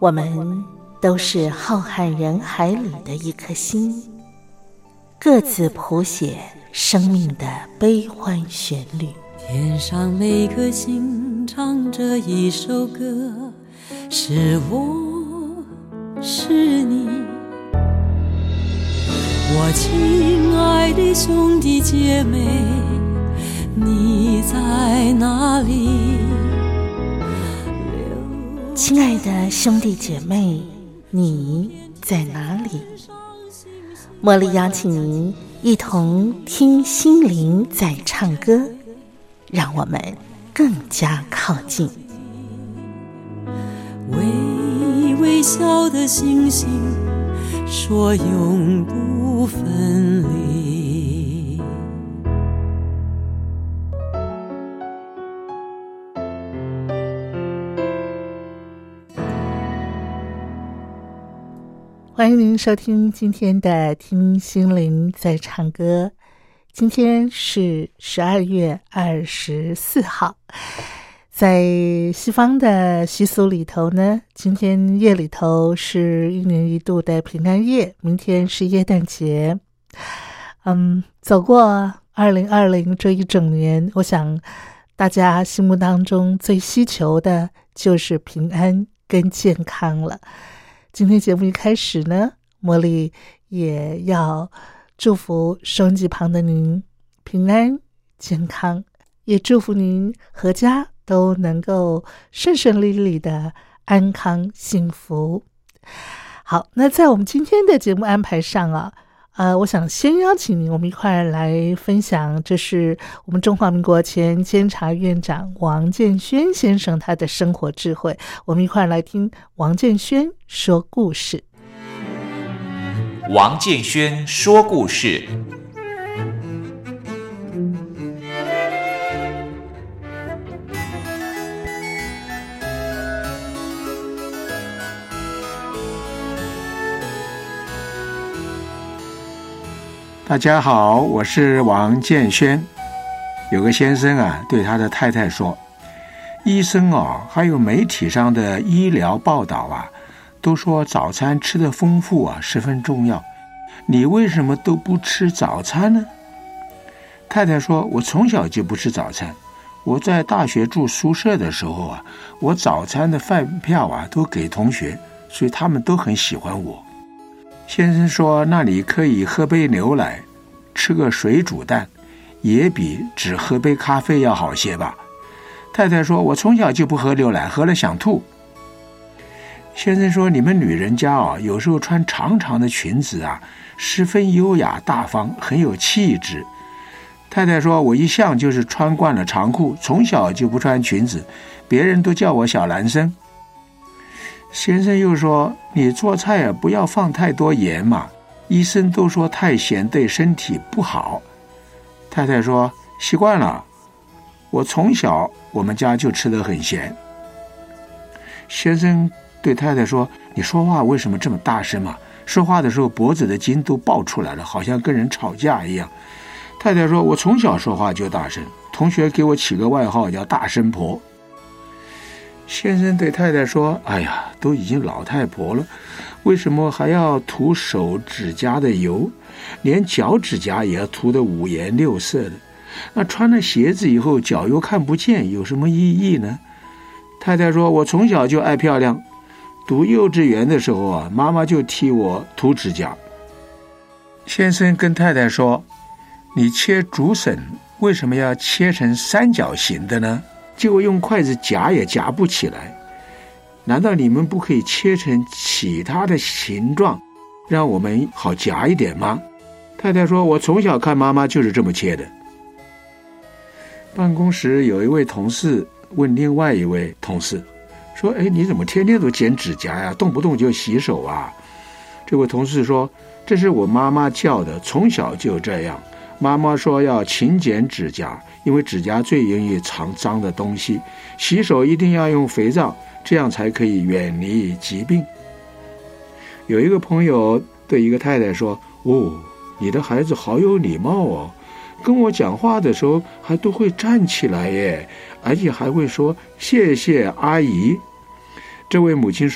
我们都是浩瀚人海里的一颗星，各自谱写生命的悲欢旋律。 天上每颗星唱着一首歌，是我，是你，我亲爱的兄弟姐妹，你在哪里？ 亲爱的兄弟姐妹，你在哪里？茉莉邀请您一同听心灵在唱歌，让我们更加靠近。 微微笑的星星说永不分离。 欢迎您收听今天的听心灵在唱歌。今天是12月24号，在西方的习俗里头呢，今天夜里头是1年1度的平安夜，明天是耶诞节。走过2020这一整年，我想大家心目当中最希求的就是平安跟健康了。今天节目一开始呢，茉莉也要祝福收音机旁的您平安健康，也祝福您阖家都能够顺顺利利的安康幸福。好，那在我们今天的节目安排上我想先邀请您，我们一块来分享，这是我们中华民国前监察院长王建煊先生他的生活智慧。我们一块来听王建煊说故事。 王建煊说故事。 大家好，我是王建煊。有个先生对他的太太说，医生还有媒体上的医疗报道都说早餐吃得丰富十分重要，你为什么都不吃早餐呢？太太说，我从小就不吃早餐，我在大学住宿舍的时候我早餐的饭票都给同学，所以他们都很喜欢我。先生说，那你可以喝杯牛奶，吃个水煮蛋，也比只喝杯咖啡要好些吧。太太说，我从小就不喝牛奶，喝了想吐。先生说，你们女人家有时候穿长长的裙子十分优雅大方，很有气质。太太说，我一向就是穿惯了长裤，从小就不穿裙子，别人都叫我小男生。先生又说，你做菜不要放太多盐嘛，医生都说太咸对身体不好。太太说，习惯了，我从小我们家就吃得很咸。先生对太太说，你说话为什么这么大声嘛？说话的时候脖子的筋都爆出来了，好像跟人吵架一样。太太说，我从小说话就大声，同学给我起个外号叫大声婆。先生对太太说，哎呀，都已经老太婆了，为什么还要涂手指甲的油，连脚指甲也要涂得五颜六色的？那穿了鞋子以后脚又看不见，有什么意义呢？太太说，我从小就爱漂亮，读幼稚园的时候妈妈就替我涂指甲。先生跟太太说，你切竹笋为什么要切成三角形的呢？结果用筷子夹也夹不起来，难道你们不可以切成其他的形状，让我们好夹一点吗？太太说，我从小看妈妈就是这么切的。办公室有一位同事问另外一位同事说，你怎么天天都剪指甲呀，动不动就洗手啊？这位同事说，这是我妈妈教的，从小就这样。妈妈说要勤剪指甲，因为指甲最容易藏脏的东西，洗手一定要用肥皂，这样才可以远离疾病。有一个朋友对一个太太说，你的孩子好有礼貌跟我讲话的时候还都会站起来耶，而且还会说谢谢阿姨。这位母亲说，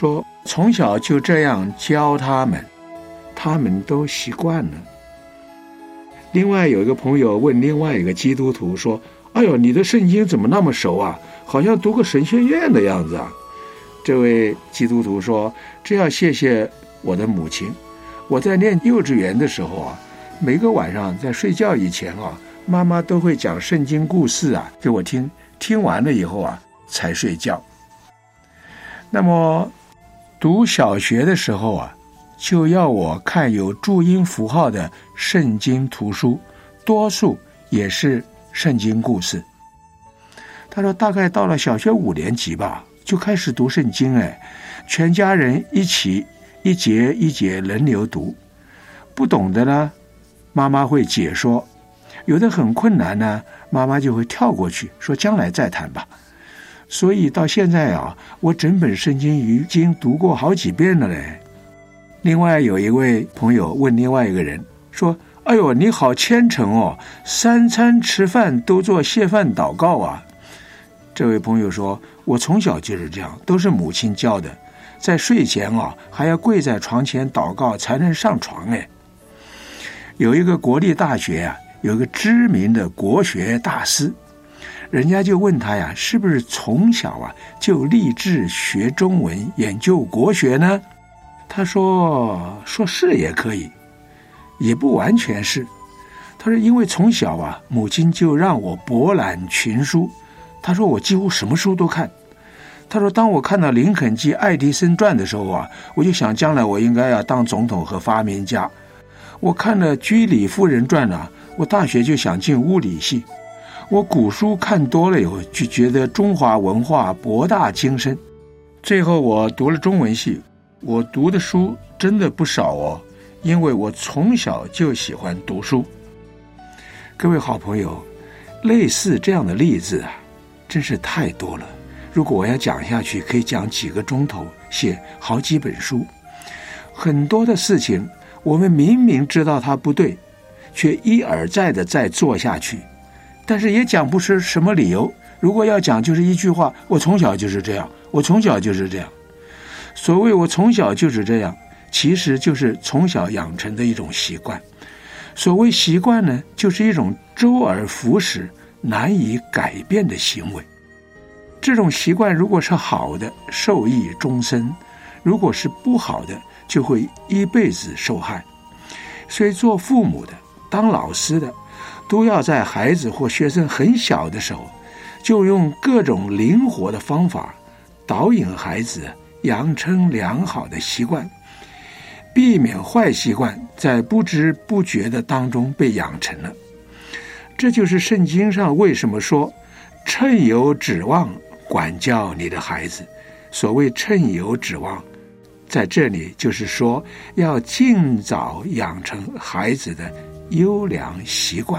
从小就这样教他们，他们都习惯了。另外有一个朋友问另外一个基督徒说，哎呦，你的圣经怎么那么熟啊？好像读个神学院的样子啊。这位基督徒说，这要谢谢我的母亲。我在念幼稚园的时候啊，每个晚上在睡觉以前啊，妈妈都会讲圣经故事啊给我听，听完了以后啊才睡觉。那么读小学的时候啊，就要我看有注音符号的圣经图书，多数也是圣经故事。他说大概到了小学5年级吧，就开始读圣经，全家人一起一节一节轮流读，不懂的呢，妈妈会解说，有的很困难呢，妈妈就会跳过去，说将来再谈吧。所以到现在啊，我整本圣经已经读过好几遍了嘞。另外有一位朋友问另外一个人说，哎呦，你好虔诚哦，3餐吃饭都做谢饭祷告啊。这位朋友说，我从小就是这样，都是母亲教的，在睡前啊还要跪在床前祷告才能上床。有一个国立大学啊，有一个知名的国学大师，人家就问他呀，是不是从小啊就立志学中文，研究国学呢？他说是也可以，也不完全是。他说因为从小啊，母亲就让我博览群书，他说我几乎什么书都看。他说当我看到林肯及爱迪生传的时候啊，我就想将来我应该要当总统和发明家。我看了居里夫人传啊，我大学就想进物理系。我古书看多了以后，就觉得中华文化博大精深。最后我读了中文系，我读的书真的不少哦，因为我从小就喜欢读书。各位好朋友，类似这样的例子啊，真是太多了。如果我要讲下去，可以讲几个钟头，写好几本书。很多的事情，我们明明知道它不对，却一而再的再做下去，但是也讲不出什么理由。如果要讲，就是一句话，我从小就是这样，我从小就是这样。所谓我从小就是这样，其实就是从小养成的一种习惯。所谓习惯呢，就是一种周而复始、难以改变的行为。这种习惯如果是好的，受益终身；如果是不好的，就会一辈子受害。所以做父母的、当老师的，都要在孩子或学生很小的时候，就用各种灵活的方法导引孩子养成良好的习惯，避免坏习惯在不知不觉的当中被养成了。这就是圣经上为什么说趁有指望管教你的孩子。所谓趁有指望，在这里就是说要尽早养成孩子的优良习惯。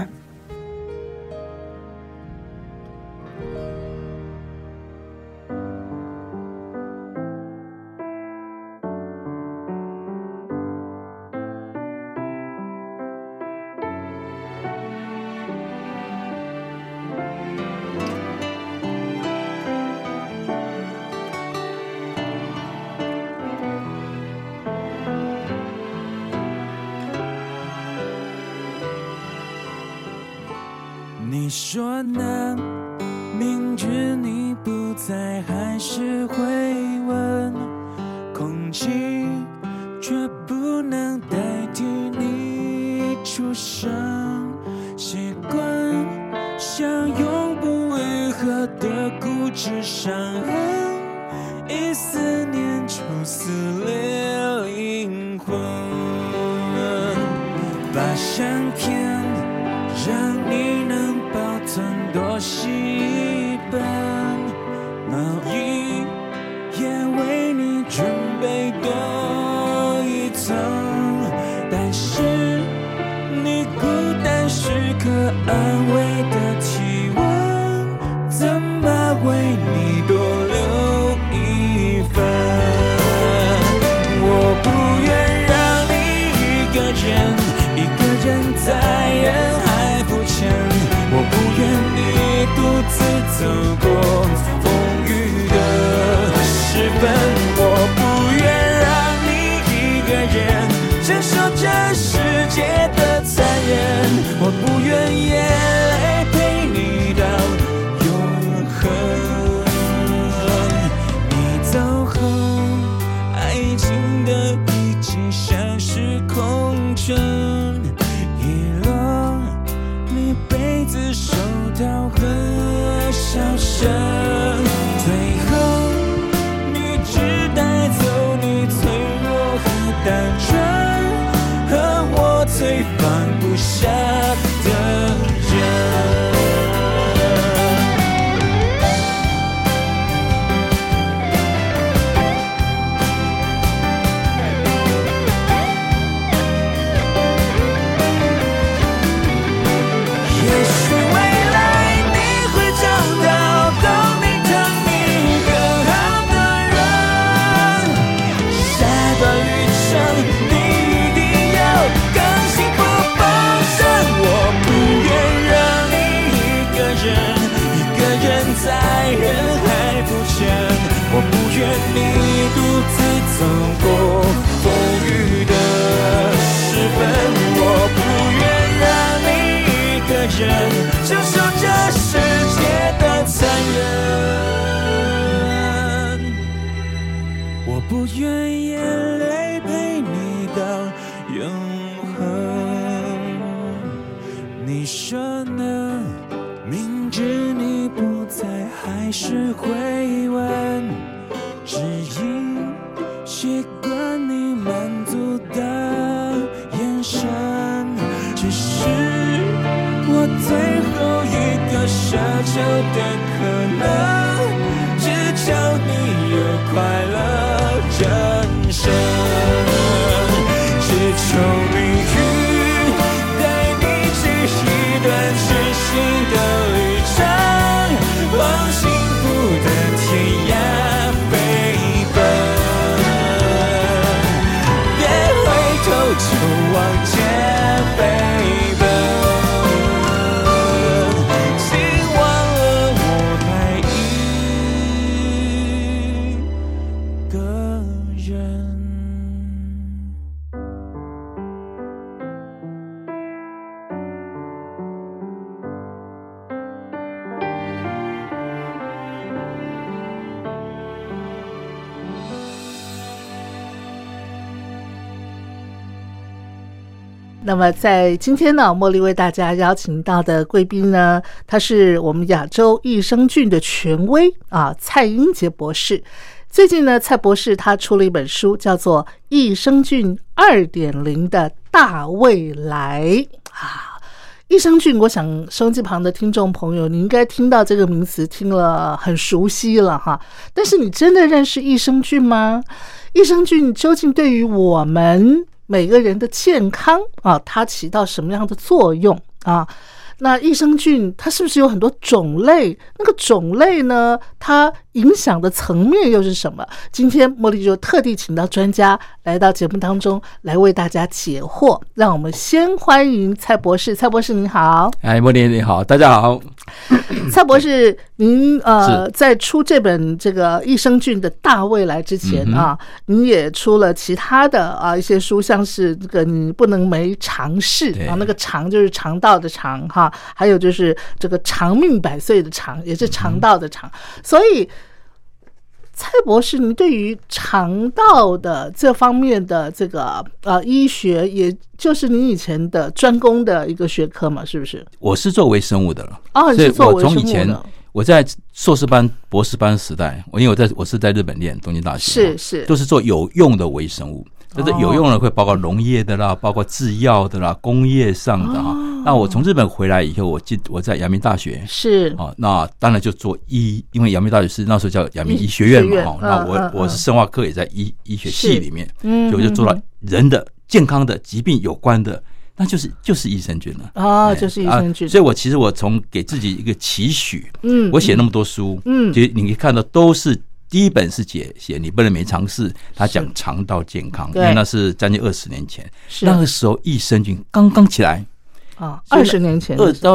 你说呢？明知你不在，还是会问。空气却不能代替你出声。习惯像永不愈合的固执伤痕，一思念就撕裂灵魂。把相片让你能保存多几本，毛衣也为你准备多一层，但是你孤单时刻安慰的体温，怎么为你多留一份？我不愿让你一个人在人海浮沉，我不愿你独自走过风雨的时分，我不愿受这世界的残忍。我不愿眼泪陪你到永恒。你走后，爱情的一切像是空城，遗落你被子收到和笑声。最后你只带走你脆弱和单纯，和我最放不下的人。我不愿你独自走过风雨的时分，我不愿让你一个人承受这世界的残忍。我不愿眼泪陪你到永恒。你说呢？明知你不在，还是会问，只因习惯你满足的眼神。只是我最后一个奢求的可能，只求你有快乐人生，只求命运带你去一段全新的旅程，往幸福的天涯飞奔。别回头，就往前飞奔。请忘了我还一个人。 那么在今天呢，茉莉为大家邀请到的贵宾呢，他是我们亚洲益生菌的权威啊，蔡英杰博士。最近呢，蔡博士他出了一本书，叫做《益生菌 2.0 的大未来》啊。益生菌，我想收音机旁的听众朋友，你应该听到这个名词听了很熟悉了哈。但是你真的认识益生菌吗？益生菌究竟对于我们每个人的健康啊，它起到什么样的作用啊？那益生菌它是不是有很多种类？那个种类呢，它影响的层面又是什么？今天茉莉就特地请到专家来到节目当中来为大家解惑。让我们先欢迎蔡博士。蔡博士您好。 哎，茉莉你好，大家好。 蔡博士，您在出这本这个益生菌的大未来之前啊，您也出了其他的一些书，像是这个你不能没尝试啊，那个肠就是肠道的肠哈，还有就是这个长命百岁的长，也是肠道的肠。所以蔡博士，你对于肠道的这方面的这个医学，也就是你以前的专攻的一个学科嘛，是不是？ 我是做微生物的了， 你是做微生物的。 所以我从以前我在硕士班、博士班时代，因为我是在日本念东京大学， 是都是做有用的微生物。就是有用的会包括农业的啦，包括制药的啦，工业上的哈。那我从日本回来以后，我在阳明大学是那当然就做因为阳明大学是那时候叫阳明医学院嘛那我是生化科也在医学系里面，所以我就做到人的健康的疾病有关的，那就是益生菌了就是益生菌。 所以其实我从给自己一个期许，我写那么多书，其实你可以看到都是。第一本是写你不能没尝试，他讲肠道健康，因为那是将近20年前，那个时候益生菌刚刚起来， 啊，20年前到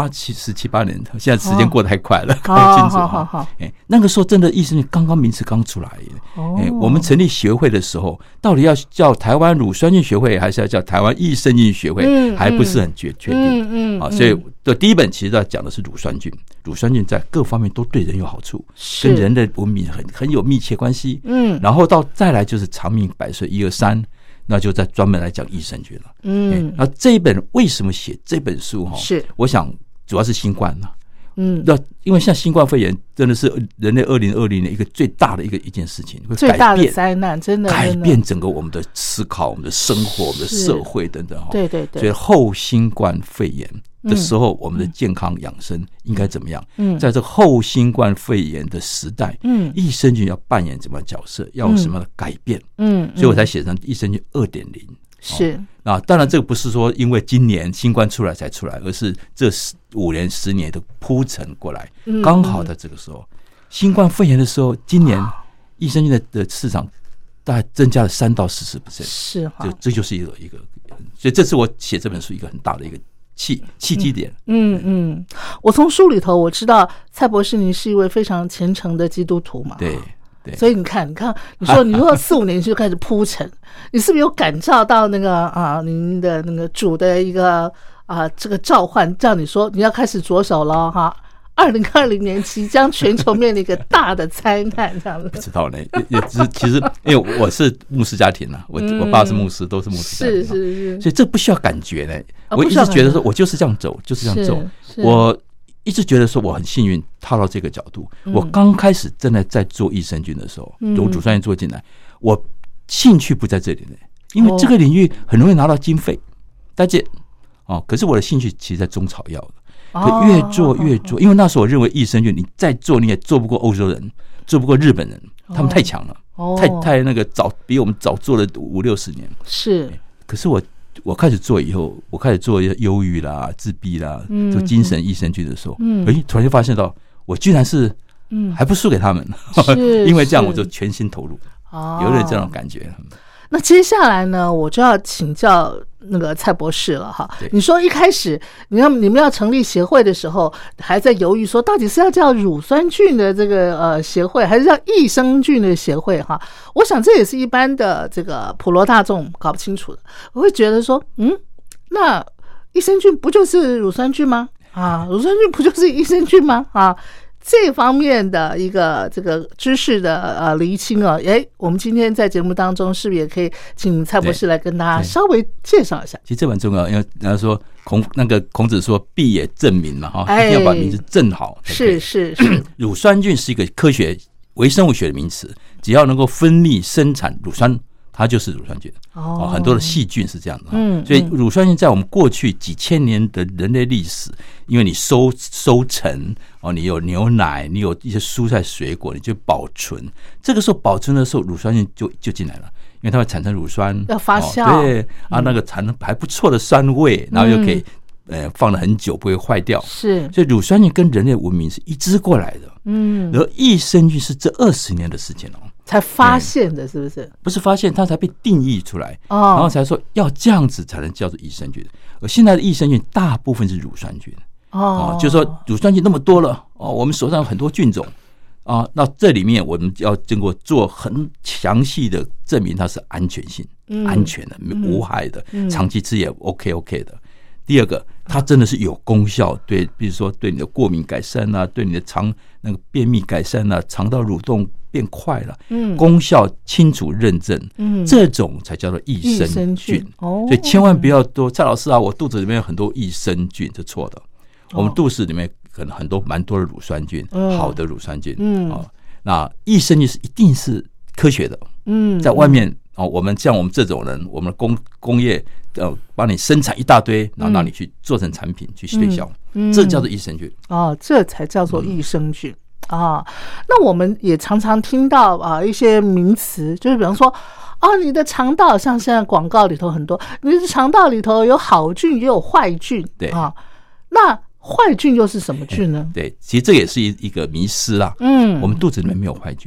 17、18年，现在时间过得太快了，搞不清楚。好，那个时候真的益生菌刚刚名词刚出来。我们成立协会的时候，到底要叫台湾乳酸菌学会，还是要叫台湾益生菌学会，还不是很确定。所以的第一本其实要讲的是乳酸菌，乳酸菌在各方面都对人有好处，跟人的文明很有密切关系。然后再来就是长命百岁1、2、3。那就再专门来讲益生菌了。那这一本为什么写这本书？是我想主要是新冠了。那因为像新冠肺炎真的是人类2020年一个最大的一件事情，会最大的灾难，真的改变整个我们的思考、我们的生活、我们的社会等等。 对对对。 所以后新冠肺炎的时候，我们的健康养生应该怎么样？在这后新冠肺炎的时代，益生菌要扮演怎么样的角色？要有什么样的改变？所以我才写成益生菌2.0。 是啊，当然这个不是说因为今年新冠出来才出来，而是这5年10年的铺陈过来，刚好在这个时候，新冠肺炎的时候，今年益生菌的市场大概增加了3到40%， 是哈， 这就是一个，所以这是我写这本书一个很大的一个契机点。 我从书里头我知道蔡博士您是一位非常虔诚的基督徒嘛， 对。 所以你看，你说4、5年就开始铺陈，你是不是有感召到那个您的那个主的一个这个召唤，叫你说你要开始着手了哈？2020年即将全球面临一个大的灾难，这样子。 不知道呢，其实因为我是牧师家庭啊，我爸是牧师，都是牧师家庭，是，所以这不需要感觉呢。我一直觉得说我就是这样走，就是这样走。我一直觉得说我很幸运踏到这个角度。我刚开始真的在做益生菌的时候，用乳酸菌做进来，我兴趣不在这里呢，因为这个领域很容易拿到经费，大家可是我的兴趣其实在中草药的，可越做越做，因为那时候我认为益生菌你再做你也做不过欧洲人，做不过日本人，他们太强了，太那个比我们早做了5、60年。 是， 可是我开始做以后，我开始做忧郁啦、自闭啦，做精神益生菌的时候，突然就发现到我居然是还不输给他们，因为这样我就全心投入，有点这种感觉。 那接下来呢，我就要请教那个蔡博士了哈。你说一开始你们要成立协会的时候，还在犹豫说到底是要叫乳酸菌的这个协会，还是叫益生菌的协会哈？我想这也是一般的这个普罗大众搞不清楚的。我会觉得说，那益生菌不就是乳酸菌吗？乳酸菌不就是益生菌吗？这方面的一个这个知识的厘清我们今天在节目当中是不是也可以请蔡博士来跟大家稍微介绍一下？ 其实这蛮重要，因为人家说孔子说必也正名嘛，一定要把名字正好。 是乳酸菌是一个科学微生物学的名词，只要能够分泌生产乳酸，它就是乳酸菌。很多的细菌是这样的。所以乳酸菌在我们过去几千年的人类历史，因为你收成你有牛奶，你有一些蔬菜水果，你就保存。这个时候保存的时候，乳酸菌就进来了，因为它会产生乳酸， 要发酵。 对那个产生还不错的酸味，然后又可以放了很久不会坏掉。 是， 所以乳酸菌跟人类文明是一支过来的。然后益生菌是这20年的事情才发现的，是不是？ 不是发现，它才被定义出来，然后才说要这样子才能叫做益生菌。而现在的益生菌大部分是乳酸菌，就是说乳酸菌那么多了，我们手上有很多菌种那这里面我们要经过做很详细的证明它是安全性，安全的、无害的，长期吃也 OK 的。第二个，它真的是有功效，对，比如说对你的过敏改善啊，对你的那个便秘改善啊，肠道蠕动变快了，功效清楚认证，这种才叫做益生菌。所以千万不要多，蔡老师我肚子里面有很多益生菌，是错的。我们肚子里面可能蛮多的乳酸菌，好的乳酸菌。那益生菌是一定是科学的。在外面我们像我们这种人，我们工业帮你生产一大堆，然后让你去做成产品去推销，这叫做益生菌。 这才叫做益生菌。那我们也常常听到一些名词，就是比方说你的肠道，像现在广告里头很多，你的肠道里头有好菌也有坏菌。 对那坏菌又是什么菌呢？ 对，其实这也是一个迷思啦。我们肚子里面没有坏菌的，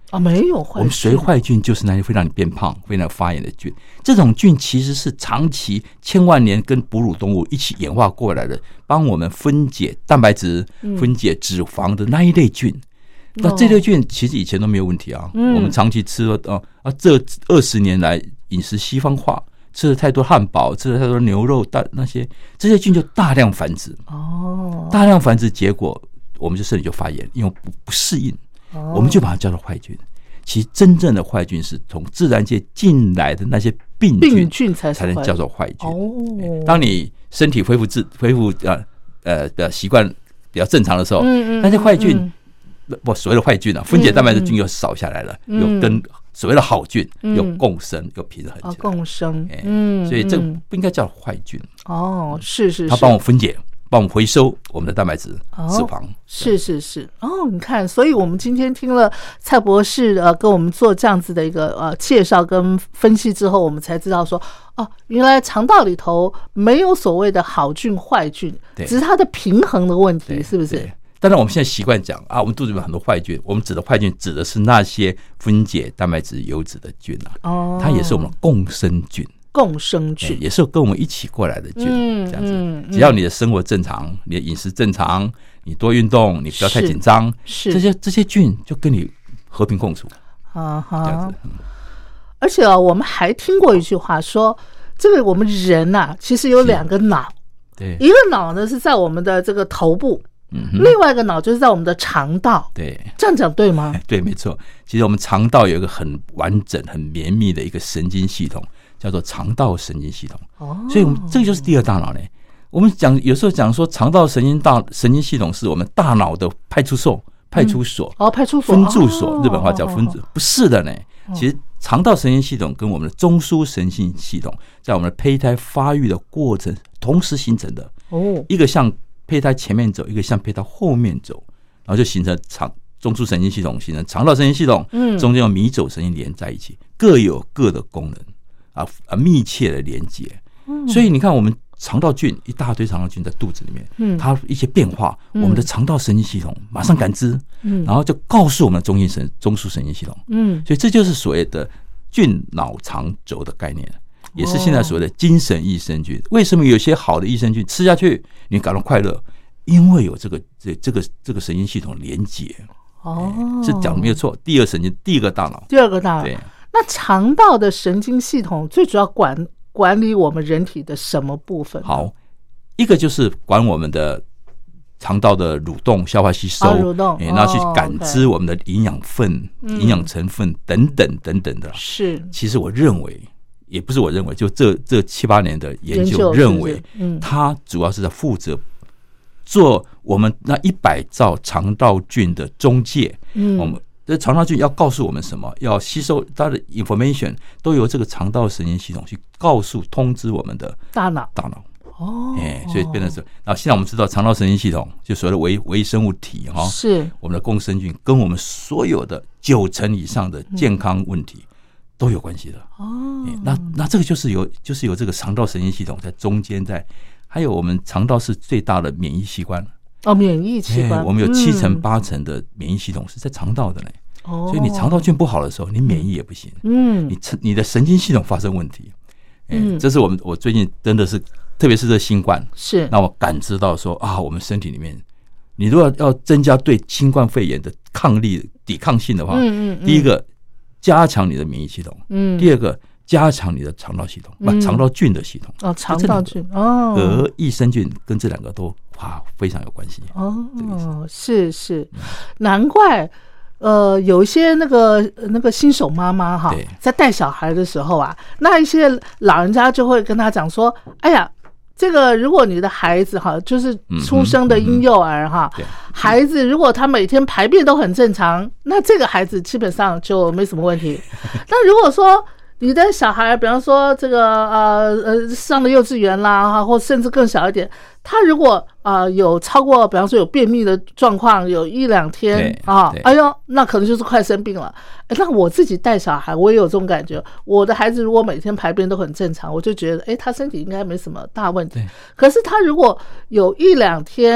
没有坏菌。 我们随坏菌就是那些会让你变胖、会让你发炎的菌。这种菌其实是长期千万年跟哺乳动物一起演化过来的，帮我们分解蛋白质、分解脂肪的那一类菌。那这类菌其实以前都没有问题啊。我们长期吃了这20年来饮食西方化，吃了太多汉堡，吃了太多牛肉，这些菌就大量繁殖。大量繁殖，结果我们就身体就发炎，因为不适应，我们就把它叫做坏菌。其实真正的坏菌是从自然界进来的那些病菌才能叫做坏菌。当你身体恢复的习惯比较正常的时候，那些坏菌。所谓的坏菌分解蛋白质菌又少下来了，有跟所谓的好菌有共生，有平衡起来。 共生， 所以这不应该叫坏菌。 是， 它帮我分解，帮我们回收我们的蛋白质、脂肪。 是。你看，所以我们今天听了蔡博士跟我们做这样子的一个介绍跟分析之后，我们才知道说，原来肠道里头没有所谓的好菌坏菌，只是它的平衡的问题，是不是？ 当然，我们现在习惯讲我们肚子里面很多坏菌。我们指的坏菌指的是那些分解蛋白质、油脂的菌它也是我们的共生菌，也是跟我们一起过来的菌。这样子，只要你的生活正常，你的饮食正常，你多运动，你不要太紧张，这些菌就跟你和平共处。这样子。 而且我们还听过一句话说，这个我们人其实有2个脑， 对， 一个脑呢是在我们的这个头部。另外一个脑就是在我们的肠道， 对， 这样讲对吗？ 对，没错。其实我们肠道有一个很完整、很绵密的一个神经系统，叫做肠道神经系统。所以我们这个就是第2大脑呢。我们有时候讲说，肠道神经系统是我们大脑的派出所、分驻所，日本话叫分驻，不是的呢。其实肠道神经系统跟我们的中枢神经系统，在我们的胚胎发育的过程同时形成的。一个向胚胎前面走，一个向胚胎后面走，然后就形成中枢神经系统，形成肠道神经系统，中间有迷走神经连在一起，各有各的功能密切的连接。所以你看，我们肠道菌一大堆肠道菌在肚子里面，它一些变化，我们的肠道神经系统马上感知，然后就告诉我们中枢神经系统。所以这就是所谓的菌脑肠轴的概念。也是现在所谓的精神益生菌。为什么有些好的益生菌吃下去你感到快乐？因为有这个神经系统连接。是讲的没有错。第二个大脑。对。 那肠道的神经系统最主要管理我们人体的什么部分？ 好，一个就是管我们的肠道的蠕动、消化吸收，然后去感知我们的营养分、营养成分等等的。 是。 其实我认为。也不是我认为，就这7-8年的研究认为，它主要是在负责做我们那100兆肠道菌的中介。我们的肠道菌要告诉我们什么，要吸收它的 information， 都由这个肠道神经系统去通知我们的大脑。所以变成是。然后现在我们知道，肠道神经系统就所谓的微生物体是我们的共生菌，跟我们所有的90%以上的健康问题。都有关系的。那这个就是由这个肠道神经系统在中间，还有我们肠道是最大的免疫器官。 免疫器官， 我们有7成8成的免疫系统是在肠道的呢。所以你肠道菌不好的时候，你免疫也不行。你的神经系统发生问题。这是我最近真的是，特别是这新冠，是让我感知到说我们身体里面，你如果要增加对新冠肺炎的抵抗性的话，第一个。加强你的免疫系统，第二个加强你的肠道系统，肠道菌的系统。 肠道菌和益生菌跟这2个都非常有关系。 是，难怪有一些那个新手妈妈在带小孩的时候那一些老人家就会跟他讲说，哎呀。这个如果你的孩子就是出生的婴幼儿孩子如果他每天排便都很正常，那这个孩子基本上就没什么问题。那如果说你的小孩，比方说这个上了幼稚园啦，或甚至更小一点，他如果有超过，比方说有便秘的状况，有1-2天哎呦，那可能就是快生病了。那我自己带小孩，我也有这种感觉。我的孩子如果每天排便都很正常，我就觉得他身体应该没什么大问题。可是他如果有1-2天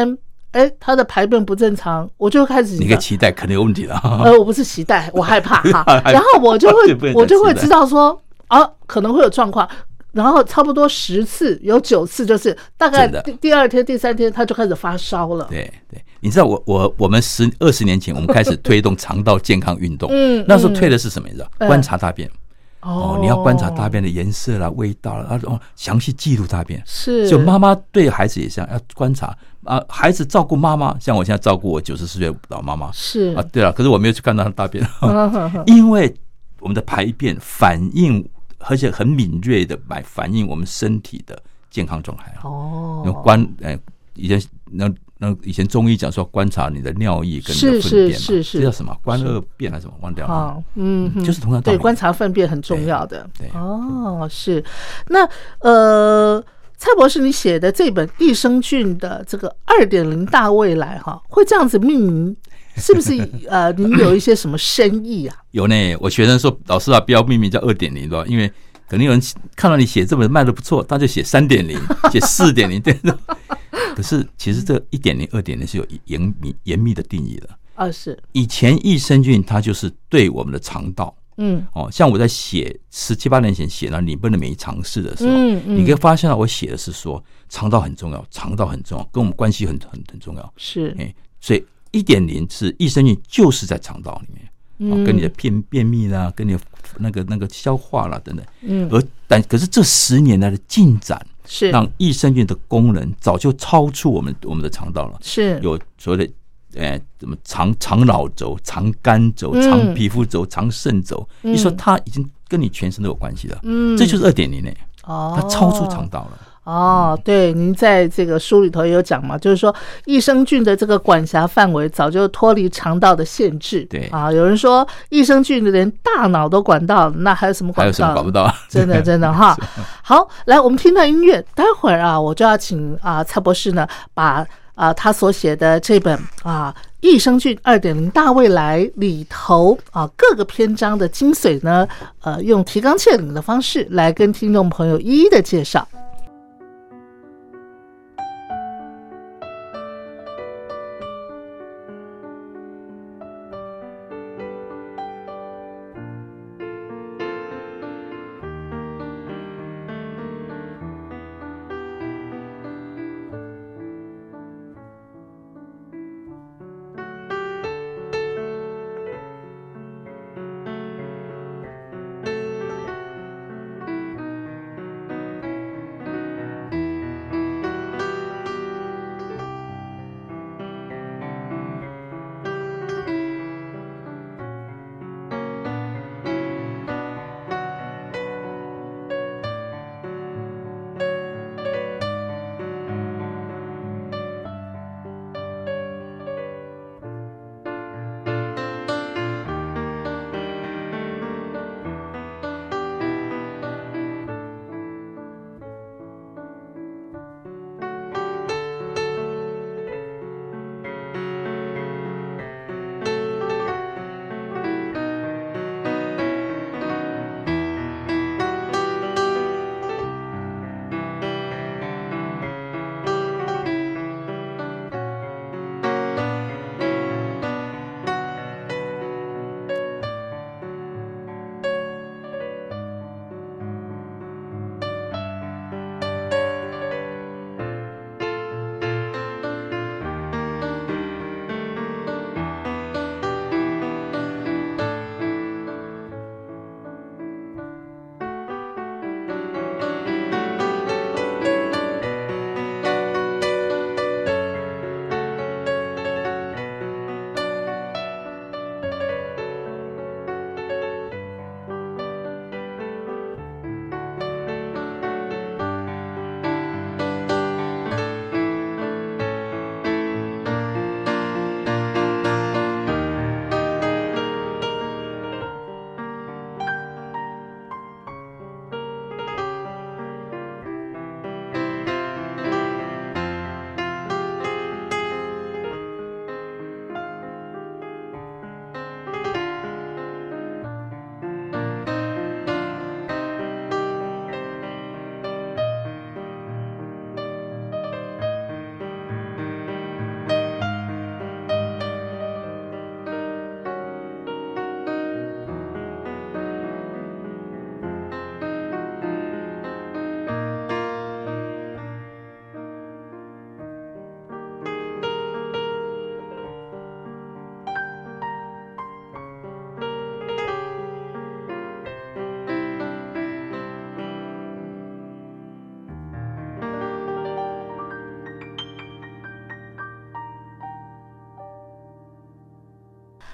他的排便不正常，我就开始你可以期待可能有问题了。 我不是期待，我害怕哈。然后我就会知道说可能会有状况。然后差不多10次有9次就是大概第2天第3天他就开始发烧了。 对，你知道我们20年前我们开始推动肠道健康运动，那时候推的是什么？你知道，观察大便。你要观察大便的颜色啦、味道啦，详细记录大便。 是， 就妈妈对孩子也这样，要观察孩子照顾妈妈，像我现在照顾我94岁老妈妈。 是对了，可是我没有去看到她大便，因为我们的排便反映。而且很敏锐的来反映我们身体的健康状态。以前中医讲说观察你的尿液跟你的粪便嘛，这叫什么？观二便还是什么？忘掉了。就是同样道理。 对，观察粪便很重要的。 对， 是。那蔡博士，你写的这本益生菌的这个2.0大未来会这样子命名？是不是您有一些什么深意啊？ 有呢，我学生说老师不要命名叫2.0的，因为可能有人看到你写这本卖的不错，他就写3.0，写4.0，对。可是其实这1.0、2.0是有严密的定义的。 是。以前益生菌它就是对我们的肠道，像我在写17、18年前写到你不能免疫尝试的时候，你可以发现到我写的是说肠道很重要，肠道很重要，跟我们关系很重要。 是。所以 1.0是益生菌就是在肠道里面，跟你的便秘啦，跟你那个消化啦等等。可是这10年来的进展，是让益生菌的功能早就超出我们的肠道了。是有所谓的什么肠脑轴、肠肝轴、肠皮肤轴、肠肾轴，你说它已经跟你全身都有关系了。这就是2.0呢，它超出肠道了。 对，您在这个书里头也有讲嘛，就是说益生菌的这个管辖范围早就脱离肠道的限制。对有人说益生菌连大脑都管到，那还有什么管不到？还有什么管不到？真的哈。好，来我们听到音乐，待会儿我就要请蔡博士呢把他所写的这本益生菌2.0大未来里头各个篇章的精髓呢，用提纲挈领的方式来跟听众朋友一一的介绍。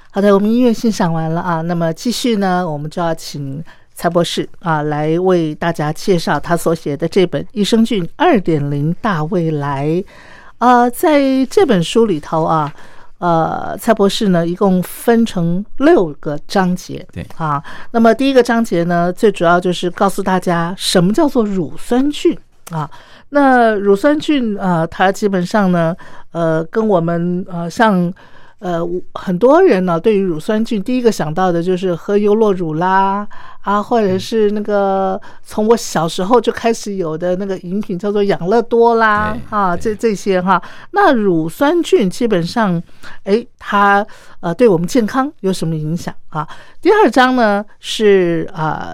好的，我们音乐欣赏完了啊，那么继续呢，我们就要请蔡博士啊来为大家介绍他所写的这本《益生菌 2.0 大未来》。在这本书里头啊，蔡博士呢一共分成6个章节， 对啊，那么第一个章节呢，最主要就是告诉大家什么叫做乳酸菌啊。那乳酸菌它基本上呢，跟我们像很多人呢，对于乳酸菌第一个想到的就是喝优酪乳啦，或者是那个从我小时候就开始有的那个饮品叫做养乐多啦，这些哈。那乳酸菌基本上，它对我们健康有什么影响啊？第2章呢是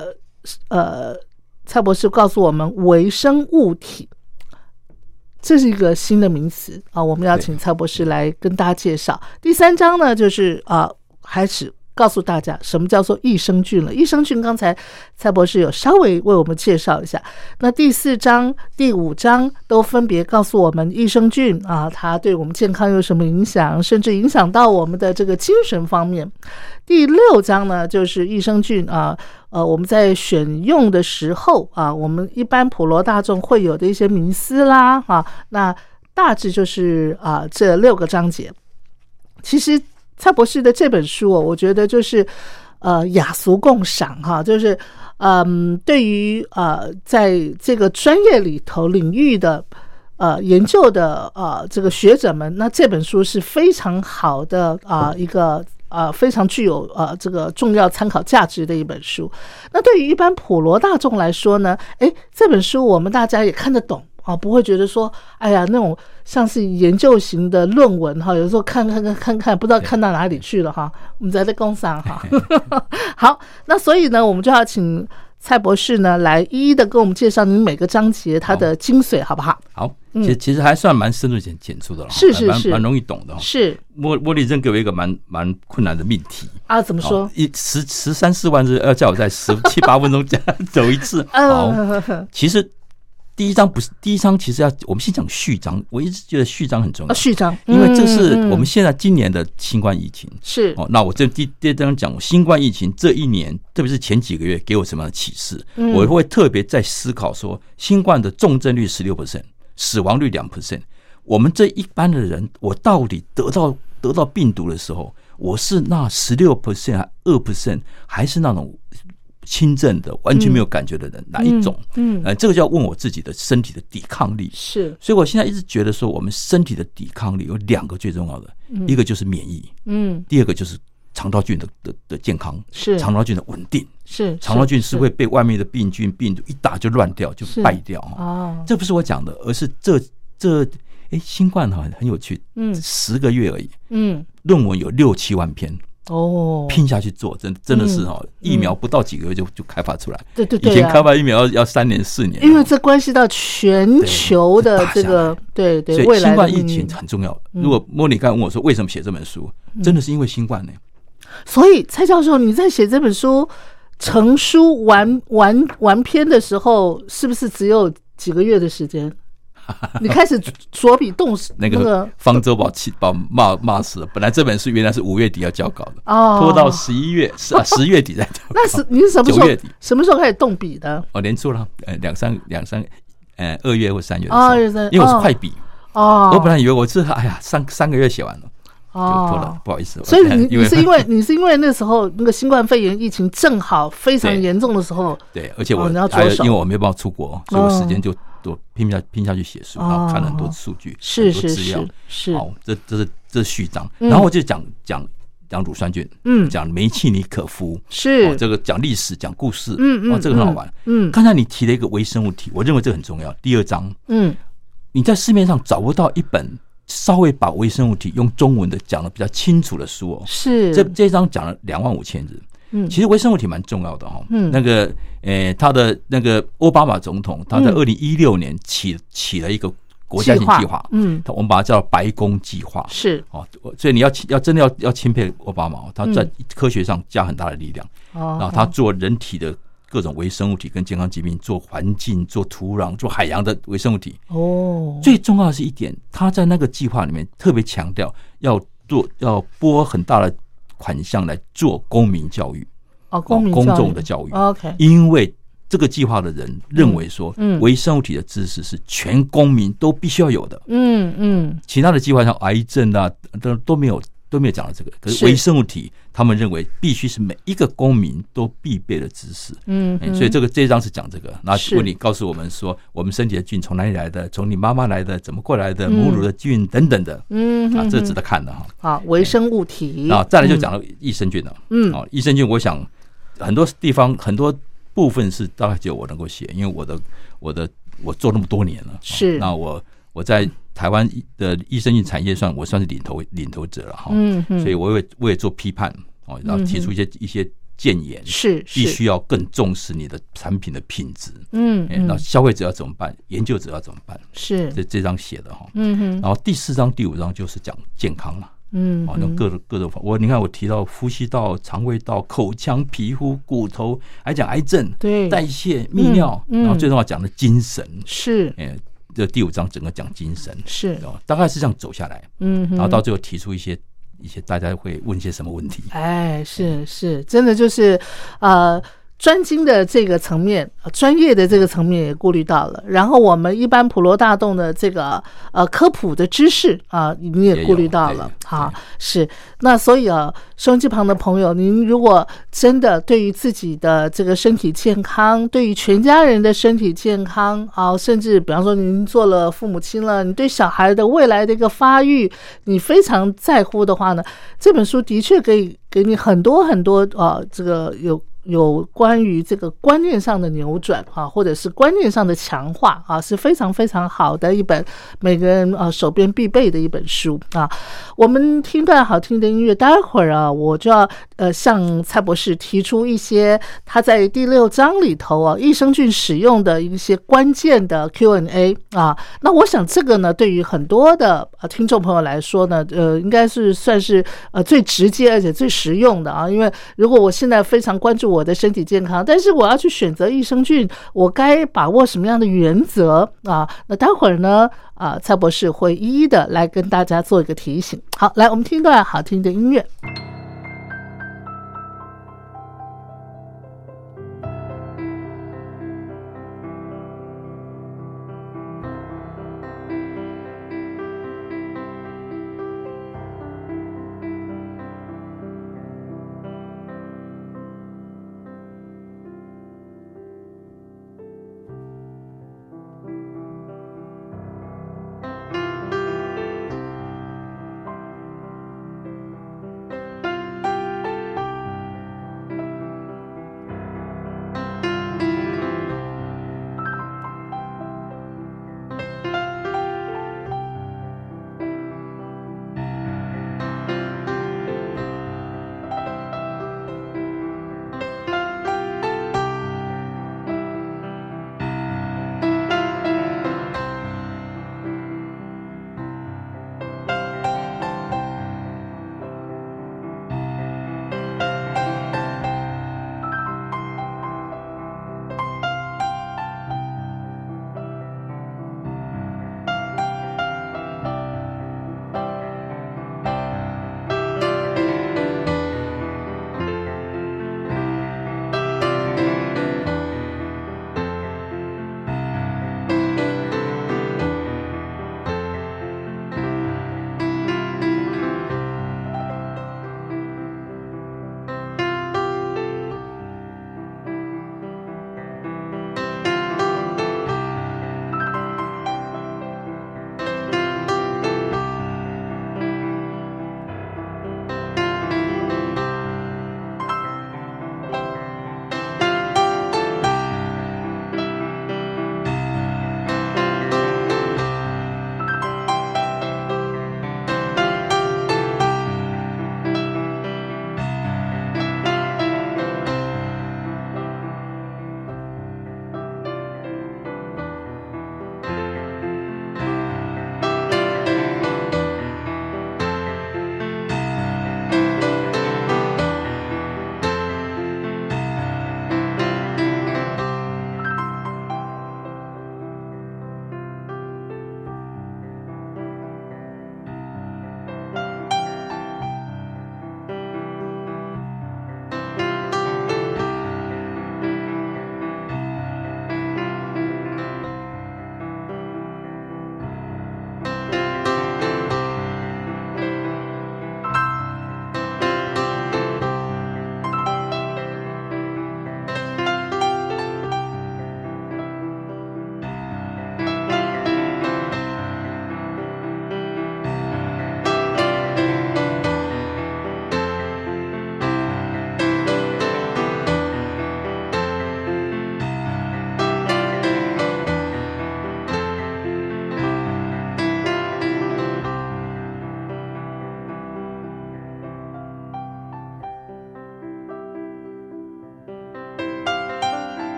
蔡博士告诉我们微生物体。这是一个新的名词啊，我们要请蔡博士来跟大家介绍。第3章呢，就是开始告诉大家什么叫做益生菌了。益生菌刚才蔡博士有稍微为我们介绍一下。那第4章、第5章都分别告诉我们益生菌它对我们健康有什么影响，甚至影响到我们的这个精神方面。第6章呢，就是益生菌我们在选用的时候我们一般普罗大众会有的一些迷思啦那大致就是这6个章节。其实蔡博士的这本书我觉得就是雅俗共赏就是对于在这个专业里头领域的研究的这个学者们，那这本书是非常好的一个非常具有这个重要参考价值的一本书。那对于一般普罗大众来说呢，这本书我们大家也看得懂不会觉得说哎呀那种像是研究型的论文有时候看不知道看到哪里去了我们在工上好，那所以呢我们就要请蔡博士呢来一一的跟我们介绍你每个章节它的精髓好不好？ 好，其实还算蛮深入浅出的了， 是蛮容易懂的。是茉莉扔给我一个蛮困难的命题怎么说 ？13-14万字要叫我在17-8分钟走一次。好，其实第一章其实我们先讲序章，我一直觉得序章很重要。 序章， 因为这是我们现在今年的新冠疫情。是那我这第一章讲新冠疫情这一年，特别是前几个月给我什么样的启示，我会特别在思考说，新冠的重症率 16%， 死亡率 2%， 我们这一般的人，我到底得到病毒的时候，我是那 16% 还 2%， 还是那种轻症的完全没有感觉的人，哪一种？这个就要问我自己的身体的抵抗力。是，所以我现在一直觉得说，我们身体的抵抗力有2个最重要的，一个就是免疫，第2个就是肠道菌的健康，是肠道菌的稳定。是肠道菌是会被外面的病菌病毒一打就乱掉，就败掉这不是我讲的，而是这新冠很有趣，10个月而已，论文有6-7万篇。拼下去做，真的是疫苗不到几个月就开发出来。对，以前开发疫苗要3年4年， 因为这关系到全球的这个对， 所以新冠疫情很重要。如果莫妮刚问我说为什么写这本书，真的是因为新冠呢。 所以蔡教授，你在写这本书成书完篇的时候，是不是只有几个月的时间？你开始着笔动那个方舟把骂死了。本来这本书原来是5月底要交稿的，拖到10月底再交稿。 那是你什么时候开始动笔的？ 连出了2月或3月的时候，因为我是快笔我本来以为我是3个月写完了。就拖了，不好意思。 所以你是因为那时候那个新冠肺炎疫情正好非常严重的时候， 对，而且我因为我没有办法出国，所以我时间就多拼下去写书，然后看了很多数据，很多资料。是，好，这是序章，然后我就讲乳酸菌，讲梅契尼可夫，是这个讲历史，讲故事，这个很好玩。刚才你提了一个微生物体，我认为这个很重要。第2章，你在市面上找不到一本稍微把微生物体用中文的讲的比较清楚的书是这一章讲了25000字。其实微生物体蛮重要的那个他的那个奥巴马总统，他在2016年起了一个国家型计划，我们把它叫白宫计划。是所以你要真的要钦佩奥巴马，他在科学上加很大的力量，然后他做人体的各种微生物体跟健康疾病，做环境、做土壤、做海洋的微生物体。最重要的是一点，他在那个计划里面特别强调要拨很大的款项来做公民教育， 公民教育公众的教育。 OK， 因为这个计划的人认为说，微生物体的知识是全公民都必须要有的。其他的计划像癌症啊，都没有讲到这个。可是微生物体，他们认为必须是每一个公民都必备的知识。所以这一章是讲这个。那问你告诉我们说，我们身体的菌从哪里来的？从你妈妈来的？怎么过来的？母乳的菌等等的。这值得看的哈。 好，微生物体。 再来就讲到益生菌了。益生菌，我想很多地方很多部分是大概只有我能够写，因为我做那么多年了。 是。 那我在台湾的益生菌产业上，我算是领头者了哈。所以我也做批判然后提出一些建言， 是必须要更重视你的产品的品质。那消费者要怎么办？研究者要怎么办？ 是这章写的哈。然后第4章、第5章就是讲健康了。那各种你看我提到呼吸道、肠胃道、口腔、皮肤、骨头，还讲癌症、 对代谢、泌尿，然后最重要讲的精神。 是。 这第5章整个讲精神， 是大概是这样走下来。然后到最后提出一些大家会问一些什么问题。 是，真的就是专精的这个层面，专业的这个层面也顾虑到了，然后我们一般普罗大众的这个科普的知识你也顾虑到了。好，是。那所以收音机旁的朋友，您如果真的对于自己的这个身体健康，对于全家人的身体健康甚至比方说您做了父母亲了，你对小孩的未来的一个发育你非常在乎的话呢，这本书的确可以给你很多很多这个有关于这个观念上的扭转或者是观念上的强化是非常非常好的一本每个人手边必备的一本书我们听段好听的音乐，待会儿我就要向蔡博士提出一些他在第6章里头益生菌使用的一些关键的 Q&A 那我想这个呢，对于很多的听众朋友来说呢，应该是算是最直接而且最实用的因为如果我现在非常关注我的身体健康，但是我要去选择益生菌，我该把握什么样的原则那待会儿呢蔡博士会一一的来跟大家做一个提醒。好，来我们听一段好听的音乐。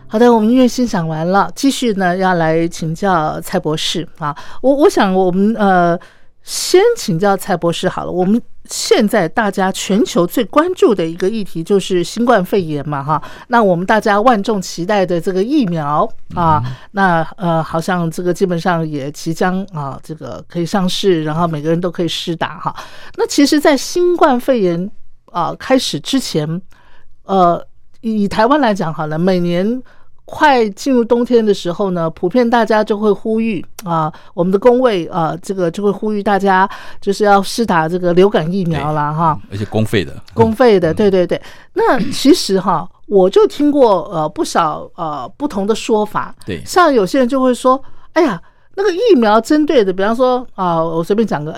好的，我们音乐欣赏完了，继续呢要来请教蔡博士啊。我想我们先请教蔡博士好了。我们现在大家全球最关注的一个议题就是新冠肺炎嘛哈。那我们大家万众期待的这个疫苗啊，那好像这个基本上也即将啊这个可以上市，然后每个人都可以施打哈。那其实在新冠肺炎开始之前，以台湾来讲好了，每年快进入冬天的时候呢，普遍大家就会呼吁我们的公卫这个就会呼吁大家就是要施打这个流感疫苗啦哈， 而且公费的， 对对对。那其实哈，我就听过不少不同的说法， 对， 像有些人就会说，哎呀，那个疫苗针对的，比方说我随便讲个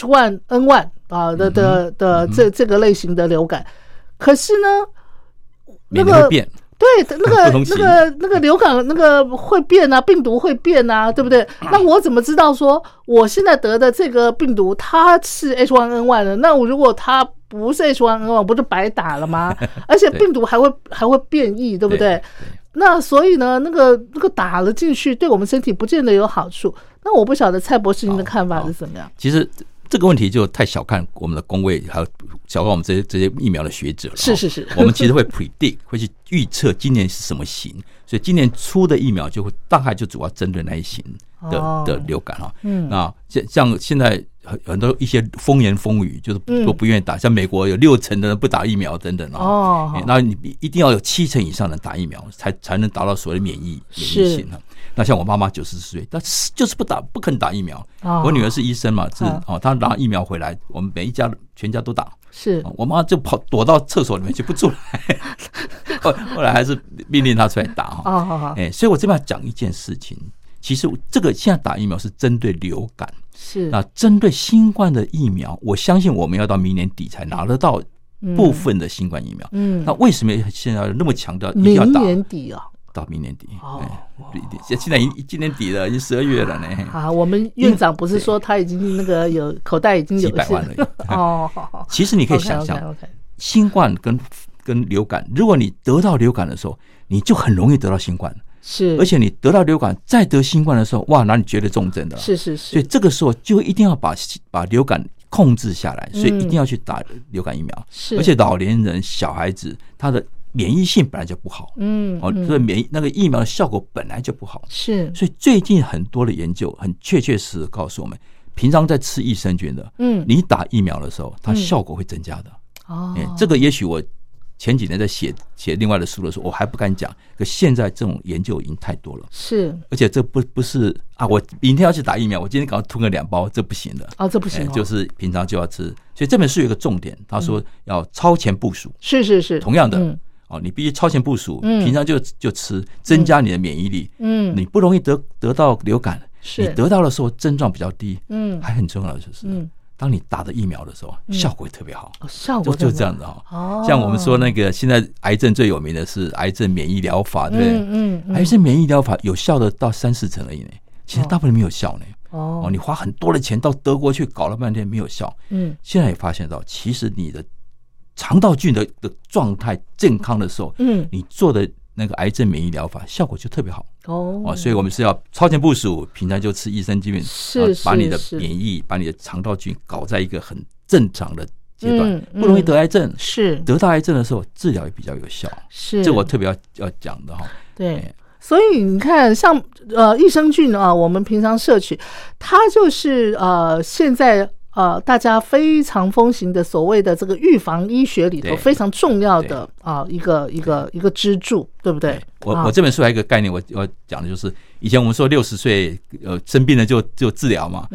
H1N1 的这个类型的流感，可是呢，那个会变。 对，那个流感那个会变啊，病毒会变啊，对不对？那我怎么知道说我现在得的这个病毒它是 H1N1 的？那我如果它不是 H1N1，不就白打了吗？而且病毒还会变异，对不对？那所以呢，那个打了进去，对我们身体不见得有好处。那我不晓得蔡博士您的看法是怎么样？ 其实这个问题就太小看我们的公卫，还有小看我们这些疫苗的学者了。 是，我们其实会 predict 会去预测今年是什么型，所以今年出的疫苗就会大概就主要针对那一型的流感哈。那像现在很多一些风言风语，就是都不愿意打，像美国有60%的人不打疫苗等等那你一定要有70%以上的打疫苗，才能达到所谓的免疫性。那像我妈妈94岁，她就是不肯打疫苗。我女儿是医生嘛，她拿疫苗回来，我们每一家全家都打。 是我妈就躲到厕所里面去不出来，后来还是命令她出来打所以我这边要讲一件事情，其实这个现在打疫苗是针对流感， 是那针对新冠的疫苗，我相信我们要到明年底才拿得到部分的新冠疫苗。那为什么现在那么强调一定要打？ 明年底到明年底现在今年底了，已经12月了呢。 我们院长不是说他已经那个有口袋已经有几百万了其实你可以想象，新冠跟流感，如果你得到流感的时候，你就很容易得到新冠。 是， 而且你得到流感再得新冠的时候，哇，那你绝对重症的了。 是， 所以这个时候就一定要把流感控制下来，所以一定要去打流感疫苗。 是， 而且老年人、小孩子他的免疫性本来就不好，所以那个疫苗的效果本来就不好。 是，所以最近很多的研究很确实的告诉我们，平常在吃益生菌的，你打疫苗的时候，它效果会增加的。这个也许我前几年在写另外的书的时候，我还不敢讲，可现在这种研究已经太多了。 是， 而且这不是我明天要去打疫苗，我今天赶快吞个2包，这不行的。 这不行就是平常就要吃。所以这本书有一个重点，他说要超前部署。 是， 同样的。你必须超前部署，平常就吃，增加你的免疫力。你不容易得到流感，你得到的时候症状比较低。还很重要的就是，当你打的疫苗的时候，效果会特别好。 效果就这样子像我们说那个现在癌症最有名的是癌症免疫疗法，对不对？癌症免疫疗法有效的到3-4成而已呢，其实大部分没有效呢。你花很多的钱到德国去搞了半天没有效。现在也发现到，其实你的肠道菌的状态健康的时候，你做的那个癌症免疫疗法效果就特别好。所以我们是要超前部署，平常就吃益生菌，把你的免疫、把你的肠道菌搞在一个很正常的阶段，不容易得癌症。 是， 得到癌症的时候，治疗也比较有效。 是， 这我特别要讲的对。所以你看，像益生菌我们平常摄取，它就是现在大家非常风行的所谓的这个预防医学里头非常重要的一个支柱，对不对？ 我这本书还有一个概念，我讲的就是以前我们说60岁生病了就治疗嘛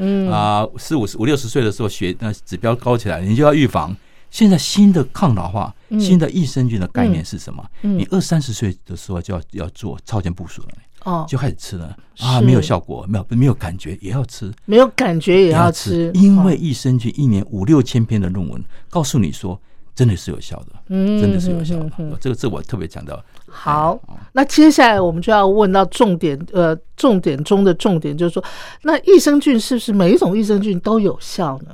，50-60岁的时候指标高起来，你就要预防。现在新的抗老化、新的益生菌的概念是什么？你20-30岁的时候就要做超前部署了。就开始吃了没有效果，没有感觉也要吃，没有感觉也要吃，因为益生菌1年5-6千篇的论文告诉你说真的是有效的，真的是有效的。这我特别强调。好，那接下来我们就要问到重点中的重点，就是说，那益生菌是不是每一种益生菌都有效呢？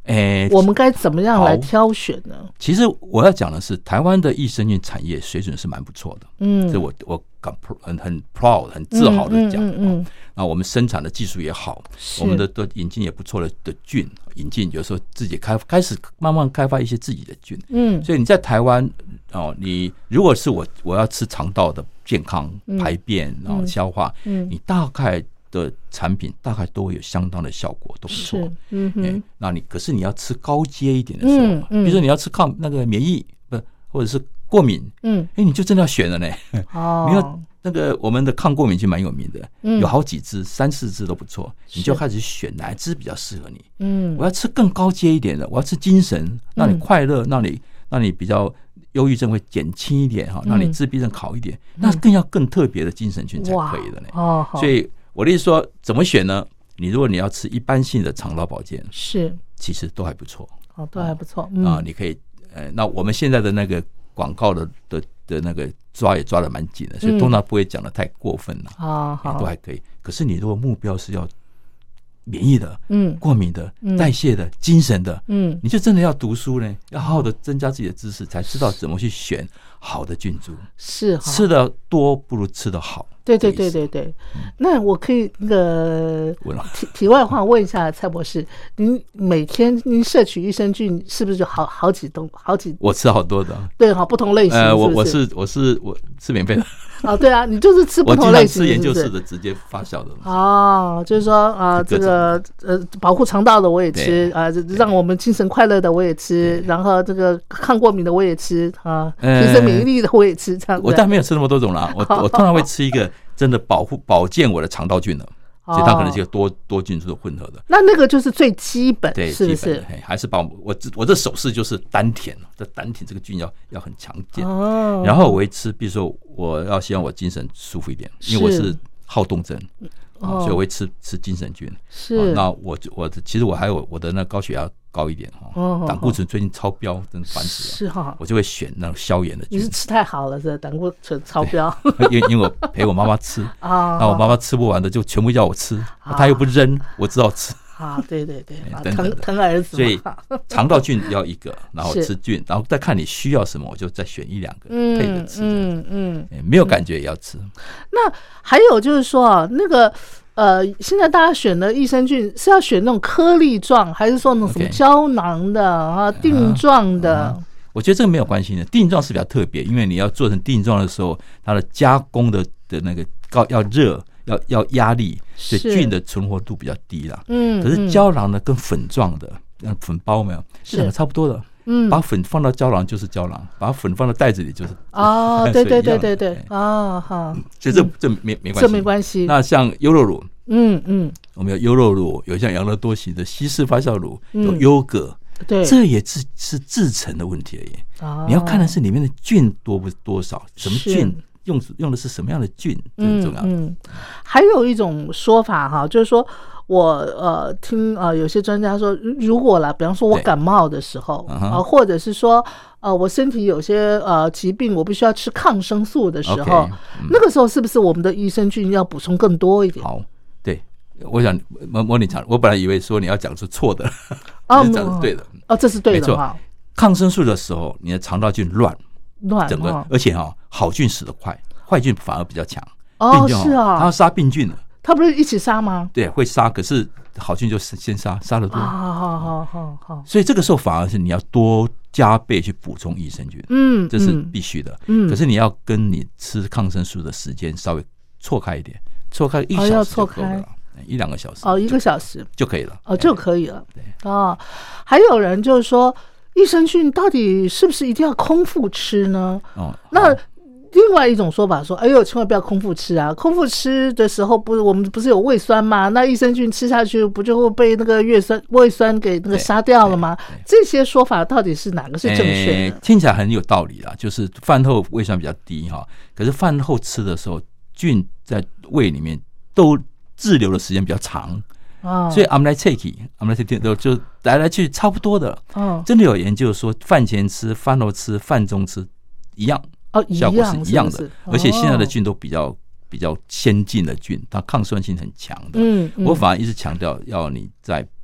我们该怎么样来挑选呢？ 其实我要讲的是，台湾的益生菌产业水准是蛮不错的，这我很 proud 很自豪的讲。那我们生产的技术也好，我们的引进也不错的菌，引进有时候自己开始慢慢开发一些自己的菌。所以你在台湾你如果是我要吃肠道的健康排便然后消化，你大概的产品大概都有相当的效果，都不错。那可是你要吃高阶一点的时候，比如说你要吃抗那个免疫或者是过敏，你就真的要选了呢。你要那个我们的抗过敏菌蛮有名的，有好几支3-4支都不错，你就开始选哪一支比较适合你。我要吃更高阶一点的，我要吃精神，让你快乐，让你比较忧郁症会减轻一点，让你自闭症好一点，那更要更特别的精神菌才可以的呢。所以我的意思说，怎么选呢？如果你要吃一般性的肠道保健，其实都还不错， 都还不错你可以那我们现在的那个广告的那个抓也抓得蛮紧的，所以通常不会讲得太过分了，都还可以。可是你如果目标是要免疫的、过敏的、代谢的、精神的，你就真的要读书呢，要好好的增加自己的知识，才知道怎么去选好的菌株。吃的多不如吃的好。 对。那我可以那个题外话问一下蔡博士，您每天您摄取益生菌是不是就好几？ 我吃好多的， 对不同类型。 我吃免费的。 对啊，你就是吃不同类型， 我经常吃研究室的直接发酵的。 就是说这个保护肠道的我也吃让我们精神快乐的我也吃，然后这个抗过敏的我也吃提升免疫力的我也吃，这样。 我当然没有吃那么多种啦，我通常会吃一个真的保健我的肠道菌的，所以它可能是一个多菌株混合的。 那个就是最基本， 对， 是不是？ 还是把我这手势就是丹田，这个菌要很强健。然后我会吃，比如说我要希望我精神舒服一点，因为我是好动症，所以我会吃精神菌。那其实我还有我的那高血压高一点胆固醇最近超标，真的烦死了。我就会选那种消炎的菌。 你是吃太好了，是胆固醇超标。 因为我陪我妈妈吃那我妈妈吃不完的就全部要我吃，她又不扔，我只好吃。 对，疼儿子。 所以肠道菌要一个，然后吃菌，然后再看你需要什么，我就再选1-2个配着吃。没有感觉也要吃。 那还有就是说那个现在大家选的益生菌是要选那种颗粒状，还是说那种什么胶囊的锭状的？ 我觉得这个没有关系的，锭状是比较特别，因为你要做成锭状的时候，它的加工的那个要热。要压力，所以菌的存活度比较低啦。可是胶囊呢，跟粉状的粉包没有，是两个差不多的。把粉放到胶囊就是胶囊，把粉放到袋子里就是。 对。 所以这没关系， 这没关系。 那像优酪乳，我们有优酪乳，有像养乐多型的西式发酵乳，有优格， 对， 这也是制成的问题而已。你要看的是里面的菌多少，什么菌。用的是什么样的菌，这很重要。 还有一种说法就是说我听有些专家说，如果比方说我感冒的时候或者是说我身体有些疾病，我必须要吃抗生素的时候，那个时候是不是我们的益生菌要补充更多一点？ 好，对，我想模拟讲，我本来以为说你要讲是错的，你讲是对的。 这是对的。没错， 抗生素的时候，你的肠道菌乱整个，而且好菌死得快，坏菌反而比较强。 是啊， 它要杀病菌的。 它不是一起杀吗？ 对，会杀，可是好菌就先杀得多。 好。 所以这个时候反而是你要多加倍去补充益生菌，这是必须的。可是你要跟你吃抗生素的时间稍微错开一点，错开1小时就够了，1-2个小时。1个小时就可以了。 就可以了。对。还有人就是说，益生菌到底是不是一定要空腹吃呢？那另外一种说法说，千万不要空腹吃啊！空腹吃的时候，我们不是有胃酸吗？那益生菌吃下去，不就会被那个胃酸给那个杀掉了吗？这些说法到底是哪个是正确的？ 听起来很有道理啦，就是饭后胃酸比较低可是饭后吃的时候，菌在胃里面都滞留的时间比较长。所以我们来 take 就来去差不多的。真的有研究说，饭前吃、饭后吃、饭中吃一样。效果是一样的，而且现在的菌都比较先进的菌，它抗酸性很强的。我反而一直强调要你在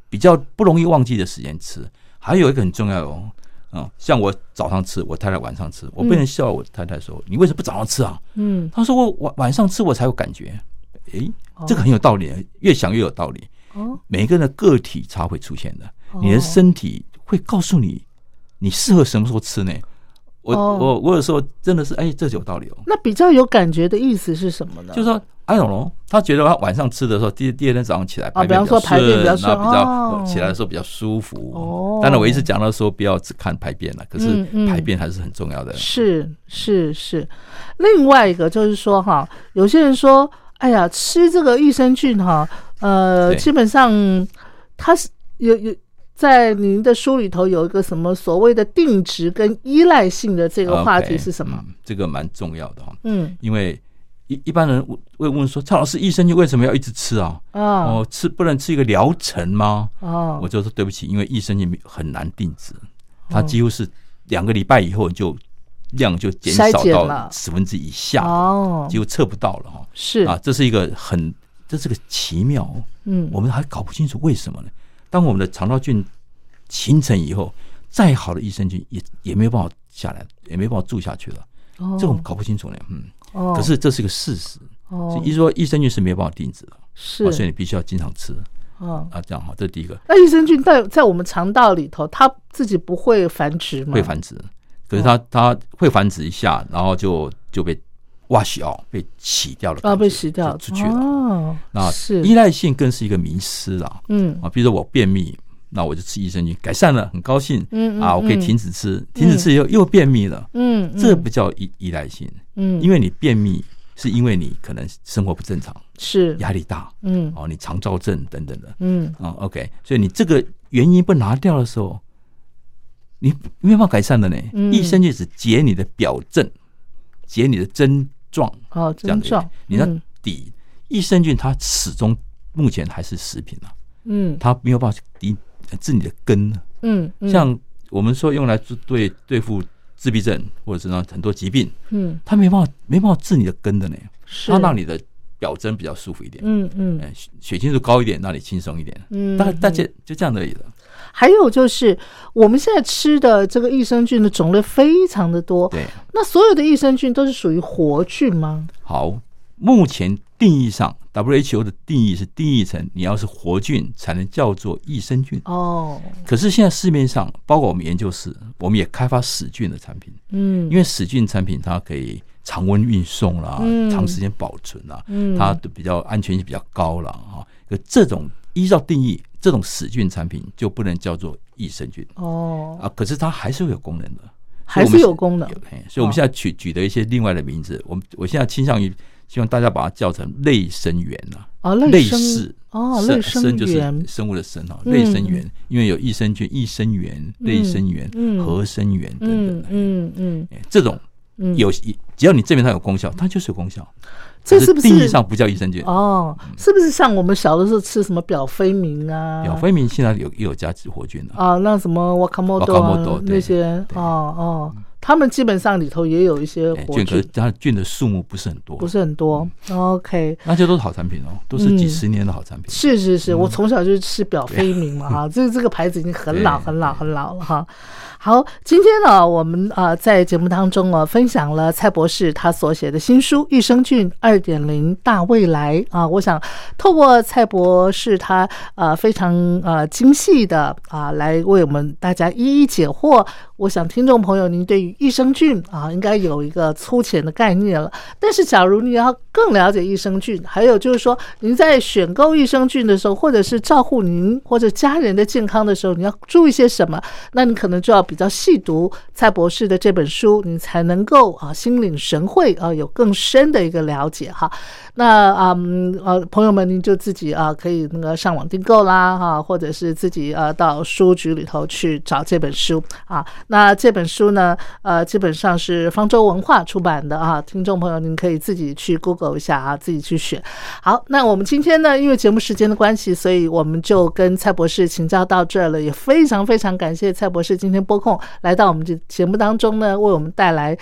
比较不容易忘记的时间吃。还有一个很重要哦，像我早上吃，我太太晚上吃，我被人笑我太太说：“你为什么不早上吃啊？”她说：“我晚上吃我才有感觉。”这个很有道理，越想越有道理。每个人的个体差会出现的，你的身体会告诉你你适合什么时候吃呢？我有时候真的是这有道理哦。 那比较有感觉的意思是什么呢？ 就是说他觉得他晚上吃的时候，第二天早上起来排便比较顺， 排便比较顺， 比较起来的时候比较舒服。当然，我一直讲到说不要只看排便了，可是排便还是很重要的。 是。另外一个就是说有些人说，哎呀，吃这个益生菌基本上它是有在您的书里头有一个什么所谓的定质跟依赖性的这个话题是什么？ 这个蛮重要的因为一般人会问说，蔡老师，益生菌为什么要一直吃啊？不能吃一个疗程吗？我就说对不起，因为益生菌很难定质，它几乎是2个礼拜以后量就减少到1/10以下，几乎测不到了是这是一个奇妙我们还搞不清楚为什么呢？当我们的肠道菌形成以后，再好的益生菌也没有办法下来，也没办法住下去了。这个我们搞不清楚呢。可是这是个事实。所以说益生菌是没有办法定质的，所以你必须要经常吃。这样这是第一个。 那益生菌在我们肠道里头，它自己不会繁殖吗？ 会繁殖，可是它会繁殖一下，然后就被wash out，被洗掉了， 被洗掉出去了。那依赖性更是一个迷思啦。比如说我便秘，那我就吃益生菌改善了，很高兴。我可以停止吃，停止吃以后又便秘了。这不叫依赖性。因为你便秘是因为你可能生活不正常，是压力大，你肠燥症等等的。OK， 所以你这个原因不拿掉的时候，你没有办法改善的呢。益生菌只解你的表症，解你的症状。症状，你的底益生菌它始终目前还是食品啊。它没有办法治你的根。像我们说用来对付自闭症或者是很多疾病，它没办法治你的根的呢。它让你的表征比较舒服一点，血清素高一点，让你轻松一点。大家就这样而已了。 还有就是我们现在吃的这个益生菌的种类非常的多， 对， 那所有的益生菌都是属于活菌吗？ 好，目前定义上 WHO 的定义是定义成你要是活菌才能叫做益生菌。可是现在市面上包括我们研究室，我们也开发死菌的产品。因为死菌产品它可以常温运送啦，长时间保存啦，它比较安全性比较高啦。可这种依照定义，这种死菌产品就不能叫做益生菌。可是它还是会有功能的， 还是有功能。 所以我们现在举的一些另外的名字，我现在倾向于希望大家把它叫成类生元类似生就是生物的生类生元，因为有益生菌、益生元、类生元、合生元等等。这种只要你证明它有功效，它就是有功效。 这是不是定义上不叫益生菌？ 是不是像我们小的时候吃什么表飞明啊？ 表飞明现在也有加活菌那什么瓦卡莫多那些他们基本上里头也有一些活菌， 可是它菌的数目不是很多。OK， 那些都是好产品都是几十年的好产品。 是，我从小就吃表飞明嘛这个牌子已经很老了好，今天呢，我们在节目当中分享了蔡博士他所写的新书《益生菌 2.0 大未来》我想透过蔡博士他非常精细的来为我们大家一一解惑。我想听众朋友您对于益生菌应该有一个粗浅的概念了，但是假如你要更了解益生菌，还有就是说您在选购益生菌的时候，或者是照顾您或者家人的健康的时候，你要注意些什么，那你可能就要比较细读蔡博士的这本书，你才能够心领神会有更深的一个了解那朋友们您就自己可以那个上网订购啦或者是自己到书局里头去找这本书那这本书呢基本上是方舟文化出版的听众朋友您可以自己去 Google 一下自己去选。好，那我们今天呢因为节目时间的关系，所以我们就跟蔡博士请教到这儿了，也非常非常感谢蔡博士今天拨空来到我们这节目当中呢，为我们带来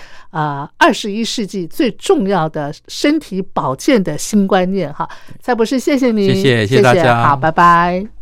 21世纪最重要的身体保健的新观念蔡博士，谢谢你， 谢谢大家， 好，拜拜。